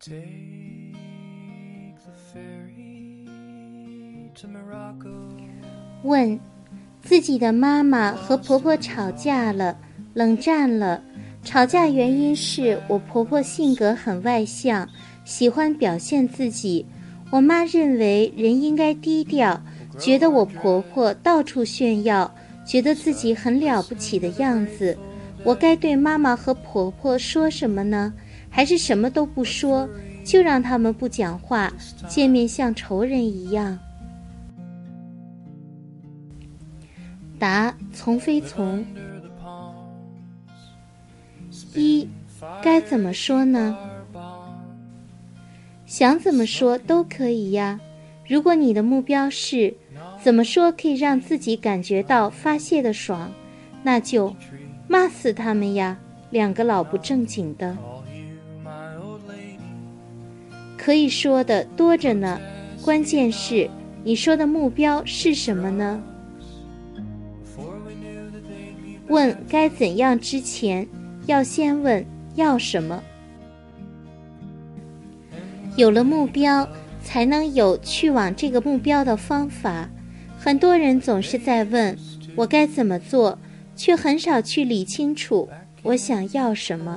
Take the ferry to Morocco. 问：自己的妈妈和婆婆吵架了，冷战了。吵架原因是我婆婆性格很外向，喜欢表现自己。我妈认为人应该低调，觉得我婆婆到处炫耀，觉得自己很了不起的样子。我该对妈妈和婆婆说什么呢？还是什么都不说，就让他们不讲话，见面像仇人一样？答：从非从。一，该怎么说呢？想怎么说都可以呀。如果你的目标是怎么说可以让自己感觉到发泄的爽，那就骂死他们呀，两个老不正经的。可以说的多着呢，关键是你说的目标是什么呢？问该怎样之前，要先问要什么。有了目标，才能有去往这个目标的方法。很多人总是在问我该怎么做，却很少去理清楚我想要什么。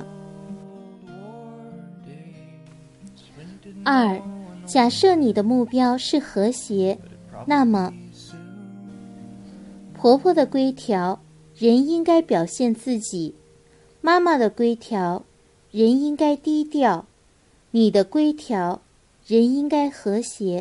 二，假设你的目标是和谐，那么婆婆的规条，人应该表现自己；妈妈的规条，人应该低调；你的规条，人应该和谐。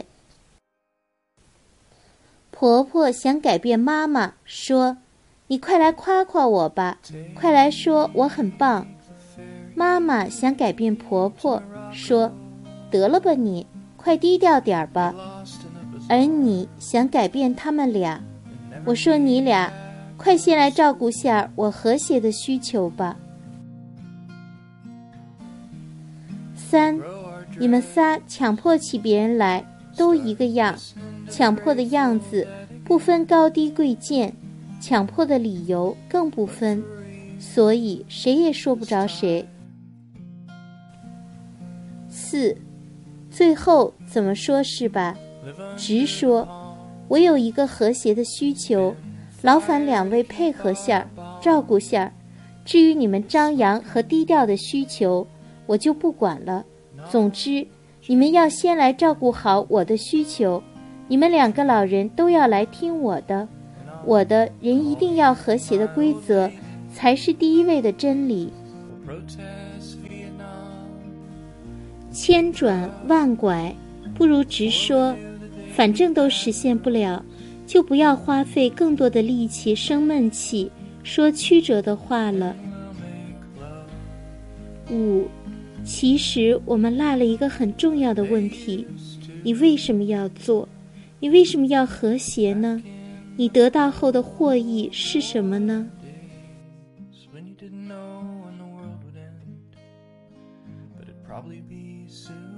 婆婆想改变妈妈，说：“你快来夸夸我吧，快来说我很棒。”妈妈想改变婆婆，说：“得了吧你，快低调点吧。”而你想改变他们俩，我说你俩快先来照顾下我和谐的需求吧。三，你们仨强迫起别人来都一个样，强迫的样子不分高低贵贱，强迫的理由更不分，所以谁也说不着谁。四，最后怎么说是吧？直说，我有一个和谐的需求，劳烦两位配合下，照顾下。至于你们张扬和低调的需求，我就不管了。总之，你们要先来照顾好我的需求，你们两个老人都要来听我的。我的人一定要和谐的规则，才是第一位的真理。千转万拐，不如直说，反正都实现不了，就不要花费更多的力气生闷气，说曲折的话了。五，其实我们落了一个很重要的问题，你为什么要做？你为什么要和谐呢？你得到后的获益是什么呢？ Probably be soon.